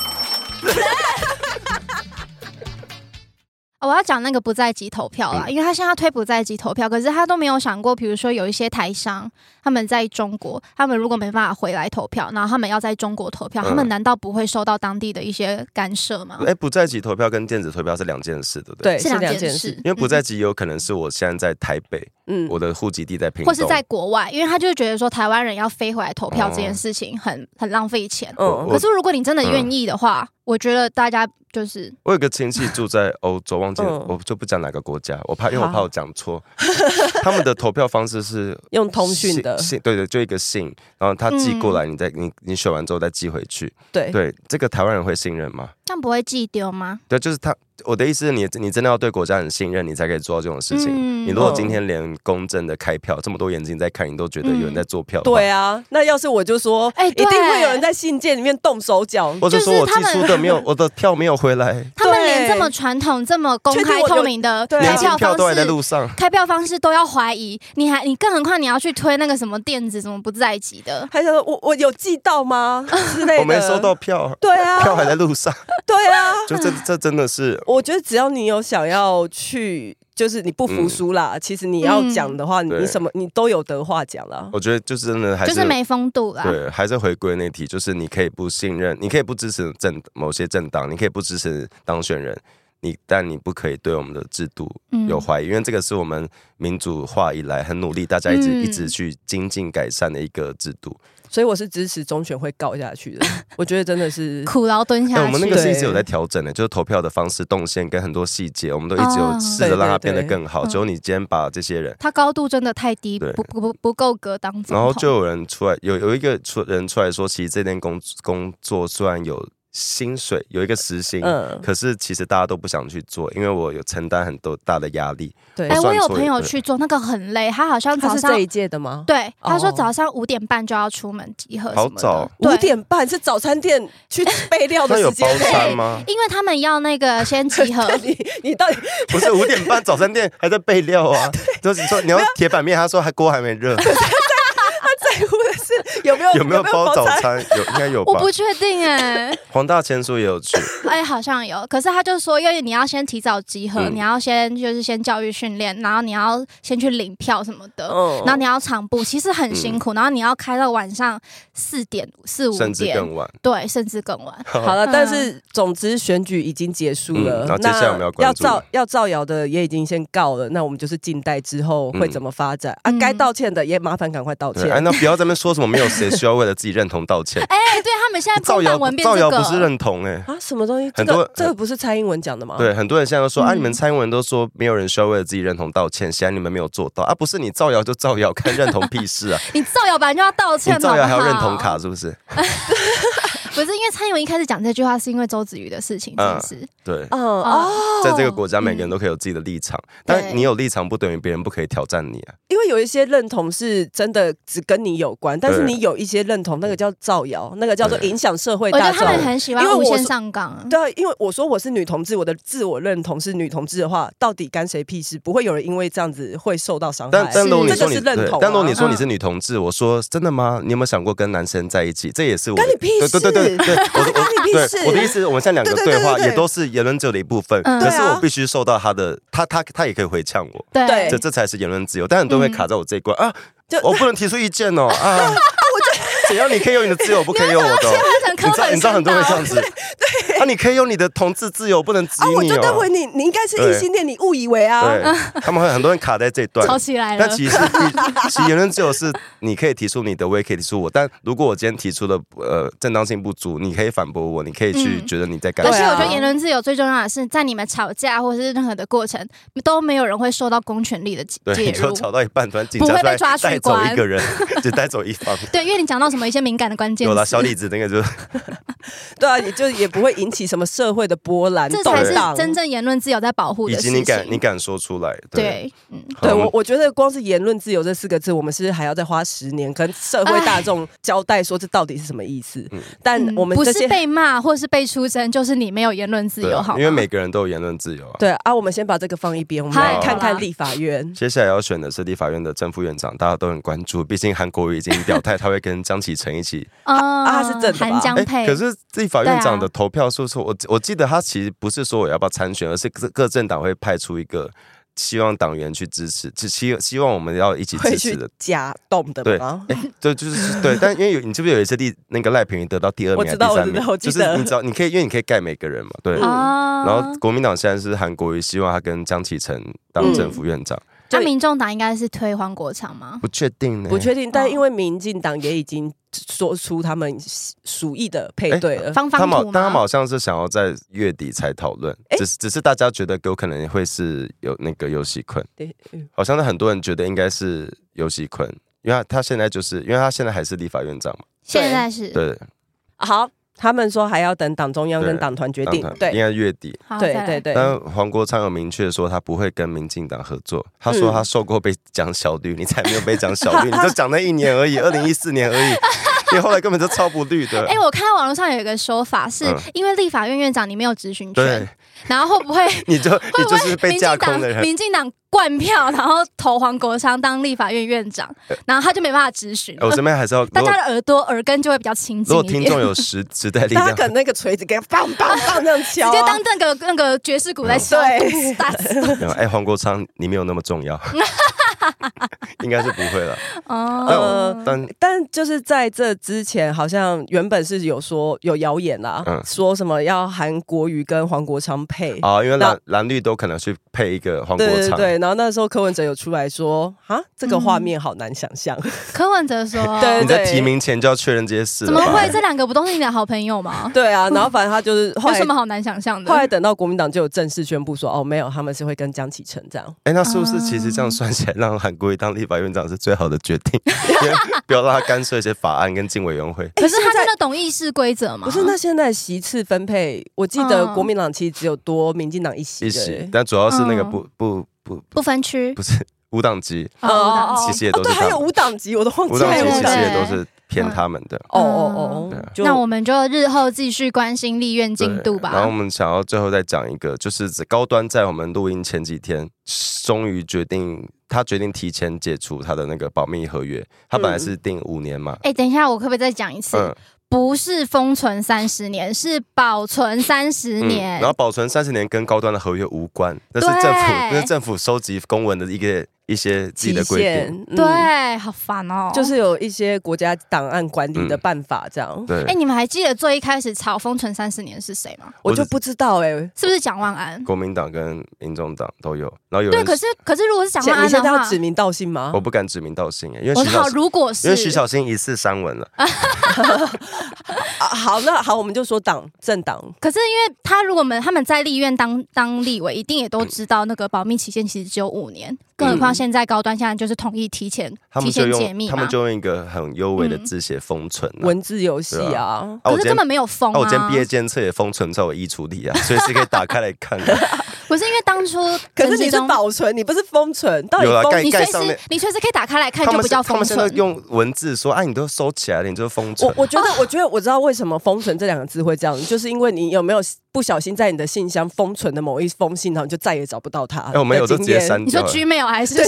C: 哦、我要讲那个不在籍投票啦、嗯、因为他现在推不在籍投票，可是他都没有想过，比如说有一些台商他们在中国，他们如果没办法回来投票，然后他们要在中国投票、嗯、他们难道不会受到当地的一些干涉吗？
D: 哎，不在籍投票跟电子投票是两件事，对不对？
B: 对，是两件事。
D: 因为不在籍有可能是我现在在台北，嗯，我的户籍地在屏东，
C: 或是在国外，因为他就觉得说台湾人要飞回来投票这件事情很、哦、很浪费钱。嗯，可是如果你真的愿意的话、嗯，我觉得大家就是
D: 我有个亲戚住在欧洲，忘记了、嗯、我就不讲哪个国家，我怕因为我怕我讲错。他们的投票方式是
B: 用通讯的，
D: 信对对，就一个信，然后他寄过来，嗯、你再你你选完之后再寄回去。
B: 对
D: 对，这个台湾人会信任吗？
C: 这样不会寄丢吗？
D: 对，就是他。我的意思是你，你真的要对国家很信任，你才可以做到这种事情。嗯、你如果今天连公正的开票，这么多眼睛在看，你都觉得有人在做票、嗯，
B: 对啊，那要是我就说，哎、欸，一定会有人在信件里面动手脚，
D: 或者说我寄出的没有，我的票没有回来。
C: 他们连这么传统、这么公开透明的开票方式，
D: 都还在路上，
C: 开票方式都要怀疑，你还你更何况你要去推那个什么电子什么不在籍的，
B: 还想说我我有寄到吗之类的，
D: 我没收到票，
B: 对啊，
D: 票还在路上，
B: 对啊，
D: 就这这真的是，
B: 我觉得只要你有想要去，就是你不服输啦、嗯。其实你要讲的话，嗯、你什么你都有得话讲啦。
D: 我觉得就是真的还是
C: 就是没风度啦。
D: 对，还是回归那题，就是你可以不信任，你可以不支持政某些政党，你可以不支持当选人，你但你不可以对我们的制度有怀疑、嗯，因为这个是我们民主化以来很努力，大家一直、嗯、一直去精进改善的一个制度。
B: 所以我是支持中选会告下去的，我觉得真的是
C: 苦劳蹲下去、欸。
D: 我们那个是一直有在调整的，就是投票的方式、动线跟很多细节，我们都一直有试着让它变得更好。只有、哦、你今天把这些人，
C: 他高度真的太低，不不不够格当总统。
D: 然后就有人出来，有有一个出人出来说，其实这件工工作虽然有薪水，有一个时薪、嗯，可是其实大家都不想去做，因为我有承担很多大的压力。
C: 对，哎、欸，我有朋友去做，那个很累，他好像早上
B: 他是这一届的吗？
C: 对，他说早上五点半就要出门集合什么的，
D: 好早，
B: 五点半是早餐店去备料的时间。
D: 那有包餐吗？
C: 因为他们要那个先集合。
B: 你你到底
D: 不是五点半早餐店还在备料啊？就是说你要铁板面，他说还锅还没热。
B: 在乎的是有没有
D: 有没有包早餐？有应该有吧？
C: 我不确定哎、欸。
D: 黄大千说也有去，
C: 哎、欸，好像有。可是他就说，因为你要先提早集合，嗯、你要先就是先教育训练，然后你要先去领票什么的，嗯、然后你要场布，其实很辛苦。嗯、然后你要开到晚上四点、四五点，
D: 甚至更晚。
C: 对，甚至更晚。
B: 好了，但是总之选举已经结束了，
D: 嗯、然后接下来我们要
B: 要造要造谣的也已经先告了，那我们就是静待之后会怎么发展、嗯、啊？该道歉的也麻烦赶快道歉。
D: 哎，那不要在那边说什么没有谁需要为了自己认同道歉。
C: 哎、欸，对他们现在
D: 造谣
C: 文变
D: 造谣不是认同哎、
B: 欸、啊，什么东西？
D: 很多、
B: 这个、这个不是蔡英文讲的吗？
D: 对，很多人现在都说、嗯、啊，你们蔡英文都说没有人需要为了自己认同道歉，显然你们没有做到啊，不是你造谣就造谣，看认同屁事啊！
C: 你造谣本来就要道歉，
D: 你造谣还要认同卡是不是？
C: 不是因为蔡英文一开始讲这句话是因为周子瑜的事情，是不是？
D: 嗯、对，哦哦，在这个国家每个人都可以有自己的立场，嗯、但你有立场不等于别人不可以挑战你啊。
B: 因为有一些认同是真的只跟你有关，但是你有一些认同，那个叫造谣，那个叫做影响社会大众。
C: 我觉得他们很喜欢无限上纲。
B: 对啊，因为我说我是女同志，我的自我认同是女同志的话，到底干谁屁事？不会有人因为这样子会受到伤害。
D: 但但如果你说你，
B: 这个是认同、啊，
D: 但如果你说你是女同志，嗯、我说真的吗？你有没有想过跟男生在一起？这也是我
B: 干你屁事！
D: 对对对对，我
B: 干你屁事！
D: 我的意思，我们现在两个对话也都是言论自由的一部分，
C: 嗯、
D: 可是我必须受到他的，他他他也可以回呛我，
C: 对，
D: 这这才是言论自由。但很多人会卡在我这一关、嗯、啊，我不能提出意见哦啊。只要你可以用你的自由，不可以用我的、哦。你知道，你知道很多人这样子。对，啊，你可以用你的同志自由，不能挤你、哦啊、我就
B: 认为你，你应该是异性恋，你误以为啊。
D: 对，他们会很多人卡在这一段，
C: 吵起来了。
D: 但其实，其实言论自由是你可以提出你的，我也可以提出我。但如果我今天提出的呃正当性不足，你可以反驳我，你可以去觉得你在干嘛。
C: 而且我觉得言论自由最重要的是，在你们吵架或者是任何的过程，都没有人会受到公权力的介入。
D: 对，就吵到一半，突然警察出来带走一个人，就带走一方。
C: 对，因为你讲到什么。 么一些敏感的关键词？
D: 有啦，小李子那个就
B: 对啊，也就也不会引起什么社会的波澜，
C: 这才是真正言论自由在保护的事情。
D: 以及你敢你敢说出来，对，
C: 对，
B: 嗯、对我我觉得光是言论自由这四个字，我们是还要再花十年跟社会大众交代说这到底是什么意思。嗯、但我们、嗯、
C: 不是被骂或是被出征，就是你没有言论自由，好吗？
D: 因为每个人都有言论自由啊。
B: 对啊，我们先把这个放一边，我们来看看立法院。
D: 接下来要选的是立法院的正副院长，大家都很关注，毕竟韩国瑜已经表态，他会跟江启臣一起。
C: 哦、
B: 啊，他是正的吧？
C: 韩江配。
D: 可是立法院长的投票数是，我我记得他其实不是说我要不要参选，而是各各政党会派出一个希望党员去支持，只希希望我们要一起支持的。
B: 假动的
D: 对，对，就是对。但因为有你是不是有一次第那个赖品妤得到第二名还是第三名？就是你知道，你可以因为你可以盖每个人嘛，对。嗯、然后国民党现在是韩国瑜，希望他跟江启臣当正副院长。嗯
C: 那民众党应该是推黄国昌吗？
D: 不确定呢，
B: 不确定。但因为民进党也已经说出他们属意的配对了，
C: 方方图吗？
D: 但他们好像是想要在月底才讨论，只只是大家觉得有可能会是有那个游锡堃，好像是很多人觉得应该是游锡堃，因为他他现在就是因为他现在还是立法院长嘛，
C: 现在是
D: 对，
B: 好。他们说还要等党中央跟党团决定，对，
D: 应该月底。
B: 对对对。
D: 但黄国昌有明确说他不会跟民进党合作，他说他受过被讲小绿，你才没有被讲小绿，你就讲那一年而已，二零一四年而已。你后来根本就超不绿的。
C: 哎、欸，我看到网络上有一个说法是，嗯、因为立法院院长你没有质询权，然后会不会
D: 你就你就是被架空的人？
C: 民进党灌票，然后投黄国昌当立法院院长，然后他就没办法质询。
D: 我这边还是要
C: 大家的耳朵耳根就会比较清净一点。
D: 如果听众有时时代力量，
B: 他可能那个锤子给他棒棒棒这样敲、啊，
C: 直接当那个那个爵士鼓在敲。对，
D: 哎，黄国昌你没有那么重要。应该是不会了
B: 哦，但但就是在这之前，好像原本是有说有谣言啦，嗯、说什么要韩国瑜跟黄国昌配
D: 啊、哦，因为蓝蓝绿都可能去配一个黄国昌，
B: 对对对。然后那时候柯文哲有出来说啊，这个画面好难想象。嗯、
C: 柯文哲说，
B: 对，
D: 你在提名前就要确认这些事，
C: 怎么会？这两个不都是你的好朋友吗？
B: 对啊，然后反正他就是
C: 有什么好难想象的？
B: 后来等到国民党就有正式宣布说，哦，没有，他们是会跟江启臣这样。
D: 哎，那是不是其实这样算起来，让韩国瑜当立法院长是最好的决定？不要让他干涉一些法案跟进委员会。
C: 可是他真的懂议事规则吗？
B: 不是，那现在席次分配，我记得国民党其实只有多民进党一席，
D: 一席，但主要是那个不不不
C: 不分区，
D: 不是无党籍，
C: 哦，
D: 其实也都是
B: 对，还有无党籍，我都忘记了，
D: 无党籍其实也都是偏他们的。
B: 哦哦哦，
C: 那我们就日后继续关心立院进度吧。
D: 然后我们想要最后再讲一个，就是高端在我们录音前几天，终于决定。他决定提前解除他的那个保密合约，他本来是定五年嘛。
C: 哎、嗯欸，等一下，我可不可以再讲一次？嗯、不是封存三十年，是保存三十年、
D: 嗯。然后保存三十年跟高端的合约无关，那是政府，那是政府收集公文的一个一些自己的规定。
C: 嗯、对，好烦哦。
B: 就是有一些国家档案管理的办法，这样。
D: 嗯、对。
C: 哎、欸，你们还记得最一开始炒封存三十年是谁吗？
B: 我就不知道哎、欸，
C: 是不是蒋万安？
D: 国民党跟民众党都有，然后有
C: 对，可是可是如果是蒋万安的话，
B: 你现在要指名道姓吗？
D: 我不敢指名道姓哎，因为徐小
C: 如果是
D: 因为徐小新疑似删文了。
B: 啊、好，那好，我们就说党政党。
C: 可是因为他如果们他们在立院当当立委，一定也都知道那个保密期限其实只有五年，更何况现在高端现在就是统一提前、嗯、提前解密嘛，
D: 他们就用一个很优微的字写封存、啊嗯、
B: 文字游戏啊，
C: 可是根本没有封啊。
D: 啊我今天毕业监测也封存在我衣橱里啊，所以是可以打开来看的。
C: 不是因为当初，
B: 可是你是保存，你不是封存，到底封
C: 你随时你随时可以打开来看，就不叫封存。他们
D: 现在用文字说，啊，你都收起来了，你就是封存。
B: 我我觉得，我觉得我知道为什么封存这两个字会这样，就是因为你有没有不小心在你的信箱封存的某一封信，然后你就再也找不到它。
D: 哎，我没有，就直接删
C: 掉。你说 Gmail 还是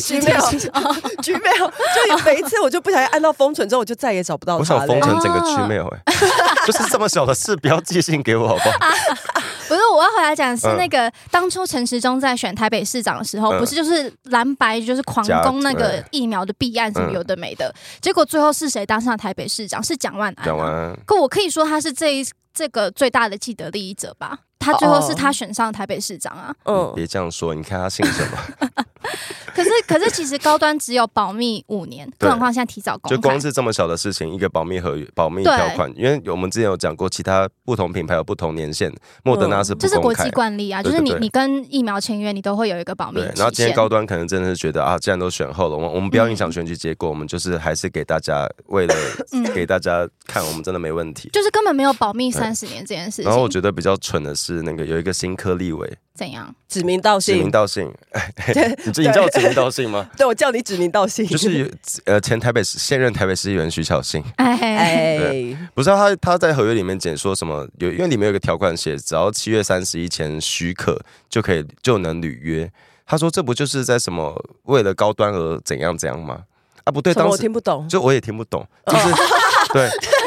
B: Gmail？Gmail 就每一次我就不小心按到封存之后，我就再也找不到它。
D: 我想封存整个 Gmail， 哎，就是这么小的事，不要寄信给我好不好？
C: 不是，我要回来讲是那个、嗯、当初陈时中在选台北市长的时候，嗯、不是就是蓝白就是狂攻那个疫苗的弊案什么有的没的，嗯、结果最后是谁当上台北市长？是蒋万安、啊。蒋万安，可我可以说他是这一这个最大的既得利益者吧？他最后是他选上台北市长啊。
D: 嗯，别这样说，你看他姓什么？
C: 可是可是其实高端只有保密五年，更何况现在提早公开，
D: 就光是这么小的事情，一个保密合约、保密条款，因为我们之前有讲过，其他不同品牌有不同年限，莫德纳是不公开，
C: 这是国际惯例啊，
D: 对对对，
C: 就是你你跟疫苗签约，你都会有一个保密期限。
D: 然后今天高端可能真的是觉得啊，既然都选后了，我们我们不要影响选举结果，嗯、我们就是还是给大家为了给大家看，我们真的没问题，
C: 就是根本没有保密三十年这件事情。
D: 然后我觉得比较蠢的是那个有一个新科立委。
C: 怎样？
B: 指名道姓，
D: 指名道姓。你这你叫我指名道姓吗？
B: 对，我叫你指名道姓。
D: 就是呃，前台北市现任台北市议员徐巧芯。
B: 哎，
D: 对，不是他他在合约里面简说什么？有因为里面有个条款写，只要七月三十一前许可就可以就能履约。他说这不就是在什么为了高端而怎样怎样吗？啊，不对，当时
B: 我听不懂，
D: 就我也听不懂，就是对。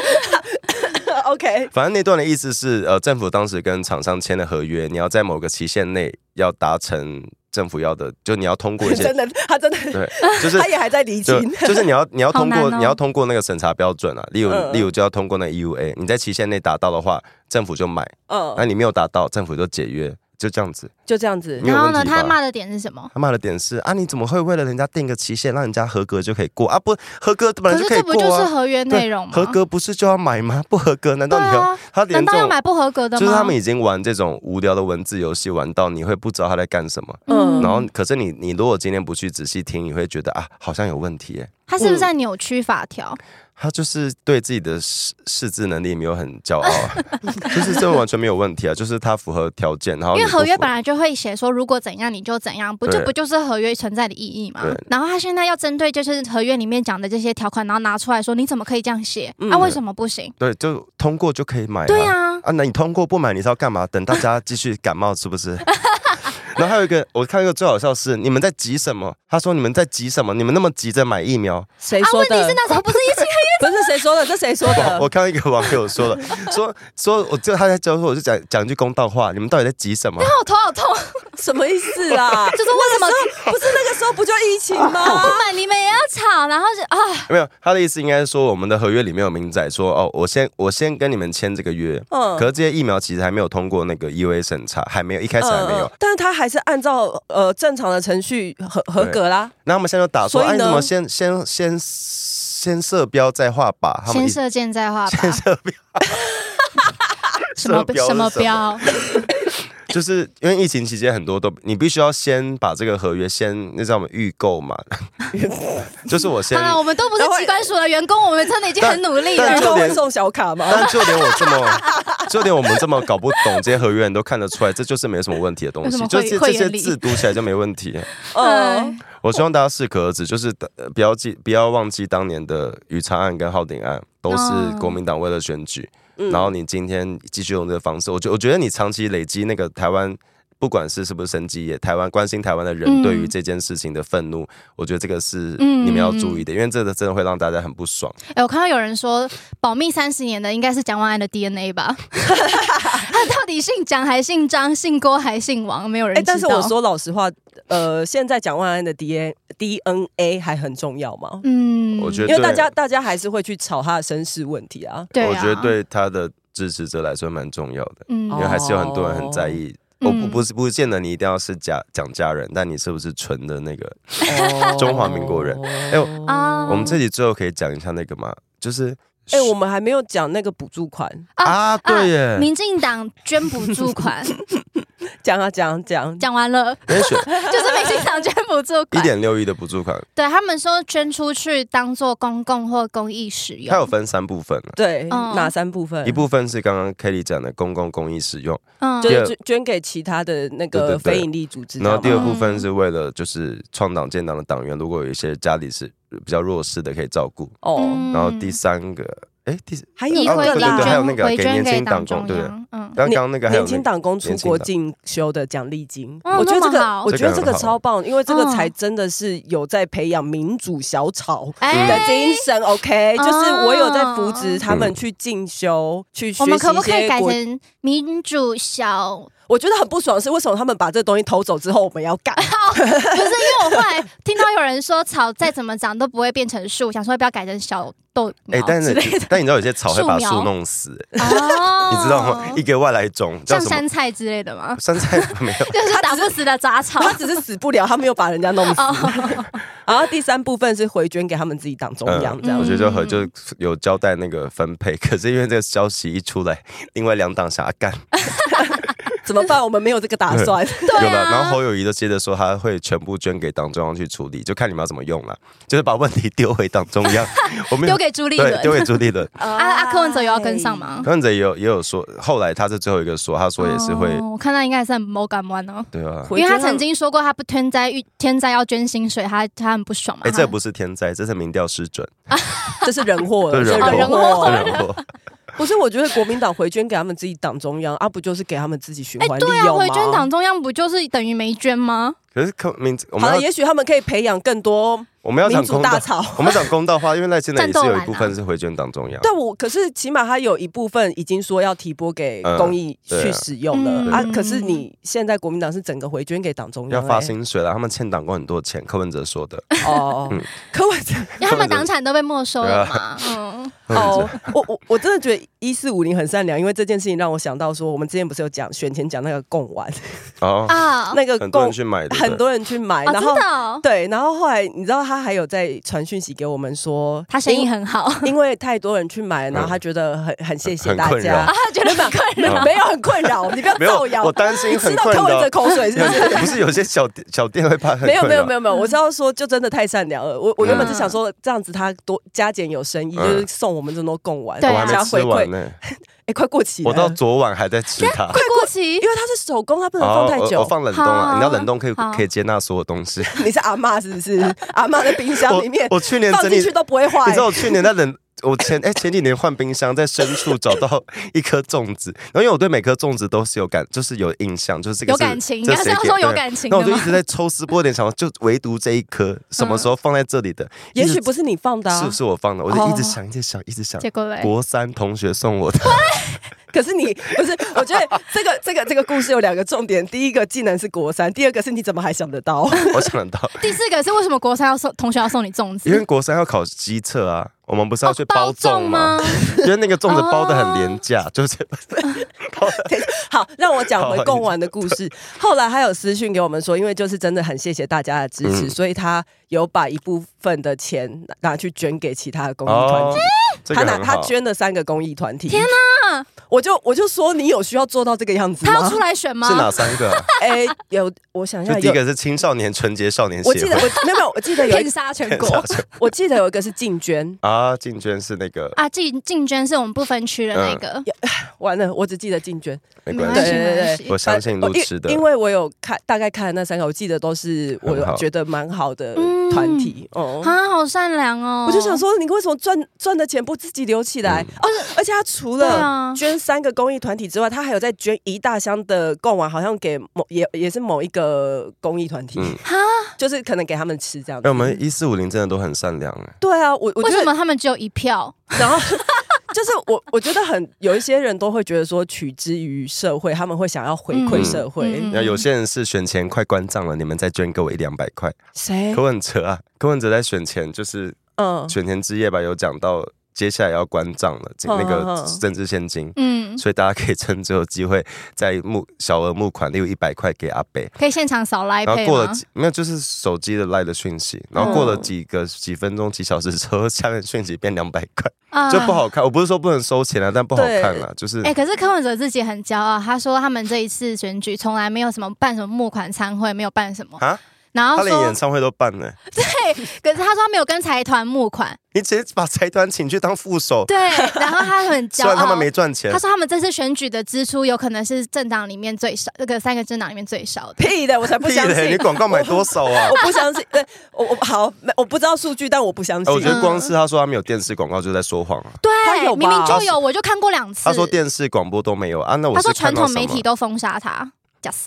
B: OK，
D: 反正那段的意思是，呃，政府当时跟厂商签的合约，你要在某个期限内要达成政府要的，就你要通过一些，
B: 真的，他真的，
D: 对，就是
B: 他也还在厘清，
D: 就, 就是你要你要通过、
C: 哦、
D: 你要通过那个审查标准啊，例如、嗯、例如就要通过那个 E U A， 你在期限内达到的话，政府就买，嗯，那你没有达到，政府就解约。就这样子，
B: 就这样子。
C: 然后呢？他骂的点是什么？
D: 他骂的点是啊，你怎么会为了人家定个期限，让人家合格就可以过啊？不合格本来就可以过啊。
C: 可是这不就是合约内容吗？
D: 合格不是就要买吗？不合格难道你要？啊、他连
C: 难道要买不合格的吗？
D: 就是他们已经玩这种无聊的文字游戏，玩到你会不知道他在干什么。嗯。然后，可是你你如果今天不去仔细听，你会觉得啊，好像有问题耶。
C: 他是不是在扭曲法条？嗯
D: 他就是对自己的识字能力没有很骄傲、啊，就是这完全没有问题啊，就是他符合条件，然后
C: 因为合约本来就会写说，如果怎样你就怎样，不就不就是合约存在的意义吗？然后他现在要针对就是合约里面讲的这些条款，然后拿出来说，你怎么可以这样写？嗯、啊，为什么不行？
D: 对，就通过就可以买、啊。
C: 对啊，
D: 啊，那你通过不买，你是要干嘛？等大家继续感冒是不是？然后还有一个，我看一个最好笑的是，你们在急什么？他说你们在急什么？你们那么急着买疫苗？
B: 谁说的？
C: 啊、问题是那时候不是疫情很严
B: 重？不是谁说的？这谁说的？
D: 我, 我看到一个网友说了，说说我就他在教说，我就讲讲一句公道话，你们到底在急什么？
C: 我头好痛，
B: 什么意思啊？
C: 就是为什么
B: 不是那个时候不就疫情吗？
C: 不买你们也要吵，然后就啊，
D: 没有他的意思应该是说，我们的合约里面有明载说，哦，我先我先跟你们签这个约，嗯，可是这些疫苗其实还没有通过那个 E U A 审查，还没有，一开始还没有，嗯、
B: 但是他还是按照呃正常的程序合合格啦。
D: 那他们现在就打说，哎、啊，你怎么先先先先射标再画靶？他们
C: 先射箭再画靶，
D: 先射标，
C: 什么什么标？
D: 就是因为疫情期间很多都你必须要先把这个合约先那叫我们预购嘛，就是我先。
C: 啊，我们都不是机关署的员工，我们真的已经很努力了。
B: 员工会送小卡吗？
D: 但就连我这么，就连我们这么搞不懂这些合约人都看得出来，这就是没什么问题的东西，就这这些字读起来就没问题。嗯，我希望大家适可而止，就是不要记不要忘记当年的宇昌案跟浩鼎案都是国民党为了选举。嗯、然后你今天继续用这个方式，我觉我觉得你长期累积那个台湾，不管是是不是生技业，台湾关心台湾的人对于这件事情的愤怒，嗯、我觉得这个是你们要注意的，嗯、因为这个真的会让大家很不爽。
C: 哎，我看到有人说保密三十年的应该是蒋万安的 D N A 吧？他到底姓蒋还姓张，姓郭还姓王，没有人知道。
B: 但是我说老实话，呃，现在蒋万安的 D N D N A 还很重要吗？
C: 嗯，
D: 我觉得，
B: 因为大家大家还是会去吵他的身世问题啊。
C: 对啊，
D: 我觉得对他的支持者来说蛮重要的，嗯，因为还是有很多人很在意。我、嗯、不是不见得你一定要是假蒋家人，但你是不是纯的那个中华民国人？哎、欸，哦、我们这里最后可以讲一下那个吗？就是。
B: 哎、欸，我们还没有讲那个补助款
D: 啊, 啊！对耶，
C: 啊、民进党捐补助款，
B: 讲啊讲讲
C: 讲完了，就是民进党捐补助款
D: 一点六亿的补助款，
C: 对他们说捐出去当做公共或公益使用，
D: 它有分三部分、啊、
B: 对，嗯、哪三部分？
D: 一部分是刚刚 Kelly 讲的公共公益使用，
B: 嗯，就是捐给其他的那个非营利组织，
D: 然后第二部分是为了就是创党建党的党员，如果有一些家里是比较弱势的可以照顾哦，然后第三个。哎，第
B: 还有
C: 啊，
D: 对对对，还有那个
C: 给
D: 年轻党工，对，嗯，刚刚那个还有
B: 年轻党工出国进修的奖励金，我觉得这个，我觉得这个超棒，因为这个才真的是有在培养民主小草的精神。OK， 就是我有在扶植他们去进修，去学习一些。
C: 我们可不可以改成民主小？
B: 我觉得很不爽是为什么他们把这个东西偷走之后我们要干？
C: 不是，因为我后来听到有人说草再怎么长都不会变成树，想说要不要改成小豆苗之类的。
D: 欸、但, 但你知道有些草会把树弄死、欸，哦、你知道吗？一个外来种
C: 像山菜之类的吗？
D: 山菜没有，
C: 就是打不死的杂草，
B: 它只是死不了，它没有把人家弄死。哦、然后第三部分是回捐给他们自己党中央，这样、嗯、
D: 我觉得就和就有交代那个分配，可是因为这个消息一出来，另外两党想要干。
B: 怎么办？我们没有这个打算。
C: 对啊、
D: 有了，然后侯友宜就接着说他会全部捐给党中央去处理，就看你们要怎么用了，就是把问题丢回党中央。我们
C: 丢给朱立伦，
D: 丢给朱立伦。
C: 啊啊！柯文哲有要跟上吗？
D: 柯文哲也有也有说，后来他是最后一个说，他说也是会。
C: 哦、我看他应该是很谋感弯哦。
D: 对啊，
C: 因为他曾经说过，他不天灾天灾要捐薪水，他他很不爽嘛。
D: 哎、欸，这不是天灾，这是民调失准，
B: 这是人祸了，
D: 这是人祸，人祸。
B: 不是，我觉得国民党回捐给他们自己党中央啊，不就是给他们自己循环利用吗？
C: 欸、对啊，回捐党中央不就是等于没捐吗？
D: 可是民
B: 好了，也许他们可以培养更多。
D: 我们要讲公道，我们讲公道话，因为赖清德也是有一部分是回捐党中央。
B: 对，我可是起码他有一部分已经说要提拨给公益去使用了、嗯、啊, 啊。可是你现在国民党是整个回捐给党中央、欸，
D: 要发薪水了，他们欠党工很多钱。柯文哲说的
B: 哦，嗯、柯文哲，
C: 因为他们党产都被没收了嘛。嗯，
B: 哦，我我我真的觉得一四五零很善良，因为这件事情让我想到说，我们之前不是有讲选前讲那个贡丸
D: 哦
C: 啊，
B: 那个
D: 很多人去买的，
B: 很多人去买，
C: 哦、
B: 然后、
C: 哦、
B: 对，然后后来你知道他还有在传讯息给我们说，
C: 他生意很好，
B: 因为太多人去买，然后他觉得很很谢谢大家，
C: 啊，觉得很困扰，
B: 没有很困扰，你不要造谣，
D: 我担心很
B: 困扰，你吃到柯文哲口水是不是？
D: 不是有些小小店会怕很困
B: 没
D: 扰，
B: 有没有没有没有，我是要说就真的太善良了，我我原本是想说这样子他多加减有生意，就是送我们这么多贡丸，
C: 对，
D: 我还没吃完呢。
B: 哎、欸，快过期了！
D: 我到昨晚还在吃它，
C: 快过期，
B: 因为它是手工，它不能放太久。
D: 我, 我放冷冻啊，你知道冷冻可以可以接纳所有东西。
B: 你是阿嬷是不是？阿嬷的冰箱里面，
D: 我, 我去年
B: 放进去都不会坏。
D: 你知道我去年在冷。我前哎、欸、前几年换冰箱，在深处找到一颗粽子，然后因为我对每颗粽子都是有感，就是有印象，就是这个是
C: 有感情，你要这样说有感情。
D: 那我就一直在抽丝剥茧，想就唯独这一颗什么时候放在这里的？嗯、
B: 也许不是你放的、啊，
D: 是是我放的，我就一直想，一直想，一直想。
C: 结果嘞，
D: 国三同学送我的。
B: 可是你不是？我觉得这个这个这个故事有两个重点，第一个技能是国三，第二个是你怎么还想得到？
D: 我想得到。
C: 第四个是为什么国三要送同学要送你粽子？
D: 因为国三要考基测啊。我们不是要去包粽吗？
C: 哦、
D: 因为那个粽子包得很廉价，哦、就是
B: 好，让我讲回贡丸的故事。后来他有私讯给我们说，因为就是真的很谢谢大家的支持，嗯、所以他有把一部分的钱拿去捐给其他的公益团体。
D: 哦、
B: 他拿他捐了三个公益团体。
C: 天哪！
B: 我就我就说你有需要做到这个样子吗？
C: 他要出来选吗？
D: 是哪三个、啊？
B: 哎、欸，有我想一下，
D: 第一个是青少年纯洁少年协会，
B: 我记得我没有没有，我记得有
C: 骗杀全国。
B: 我记得有一个是竞捐
D: 啊，竞捐是那个
C: 啊，竞竞捐是我们不分区的那个。
B: 嗯、完了，我只记得竞捐，
D: 没关系，
B: 对对对，
D: 我相信路痴的，
B: 因为我有看大概看那三个，我记得都是我觉得蛮好的团体。哦、
C: 嗯，啊，好善良哦！
B: 我就想说，你为什么赚赚的钱不自己留起来？嗯、哦，而且他除了捐三个公益团体之外，他还有在捐一大箱的贡丸，好像给某也也是某一个公益团体，哈、嗯，就是可能给他们吃这样子。
D: 哎，我们一四五零真的都很善良哎。
B: 对啊，我我
C: 为什么他们只有一票？
B: 然后就是我我觉得很有一些人都会觉得说取之于社会，他们会想要回馈社会。
D: 那、嗯嗯、有些人是选前快关账了，你们再捐给我一两百块。
B: 谁？
D: 柯文哲啊，柯文哲在选前就是嗯选前之夜吧，有讲到。接下来要关账了，那个政治现金，嗯，所以大家可以趁这有机会在募小额募款，例如一百块给阿北，
C: 可以现场扫 Line Pay 吗？
D: 然后过了几没有，就是手机的 Line 的讯息，然后过了几个几分钟、几小时之后，下面讯息变两百块，啊、就不好看。我不是说不能收钱啊，但不好看啦，就是。
C: 哎、欸，可是柯文哲自己很骄傲，他说他们这一次选举从来没有什么办什么募款餐会，没有办什么啊。然后
D: 他连演唱会都办了，
C: 对，可是他说他没有跟财团募款，
D: 你直接把财团请去当副手，
C: 对，然后他很骄傲，
D: 虽然他们没赚钱，
C: 他说他们这次选举的支出有可能是政党里面最少，这个三个政党里面最少的，
B: 屁的，我才不相信，
D: 你广告买多少啊？
B: 我, 我不相信，对，我我好，我不知道数据，但我不相信。
D: 我觉得光是他说他没有电视广告，就在说谎啊。
C: 对，明明就有，我就看过两次。
D: 他说电视广播都没有啊，那我
C: 他说传统媒体都封杀他，假赛。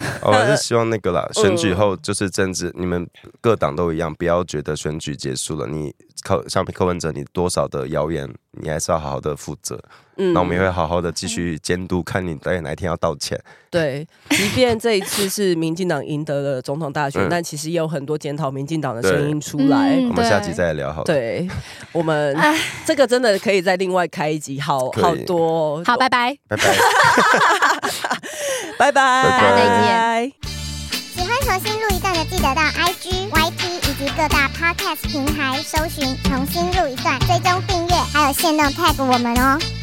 D: 我还是希望那个啦，选举后就是政治，你们各党都一样，不要觉得选举结束了，你柯像柯文哲，你多少的谣言，你还是要好好的负责。嗯，那我们也会好好的继续监督，看你到底哪一天要道歉。
B: 对，即便这一次是民进党赢得了总统大选，嗯、但其实也有很多检讨民进党的声音出来。
C: 嗯、
D: 我们下集再来聊好了。
B: 对，我们这个真的可以再另外开一集，好好多、哦。
C: 好，拜拜，
D: 拜拜，
B: 拜拜，大
C: 家再见。
F: 喜欢重新录一段的，记得到 I G、Y T 以及各大 Podcast 平台搜寻重新录一段，追踪订阅，还有限定 tag 我们哦。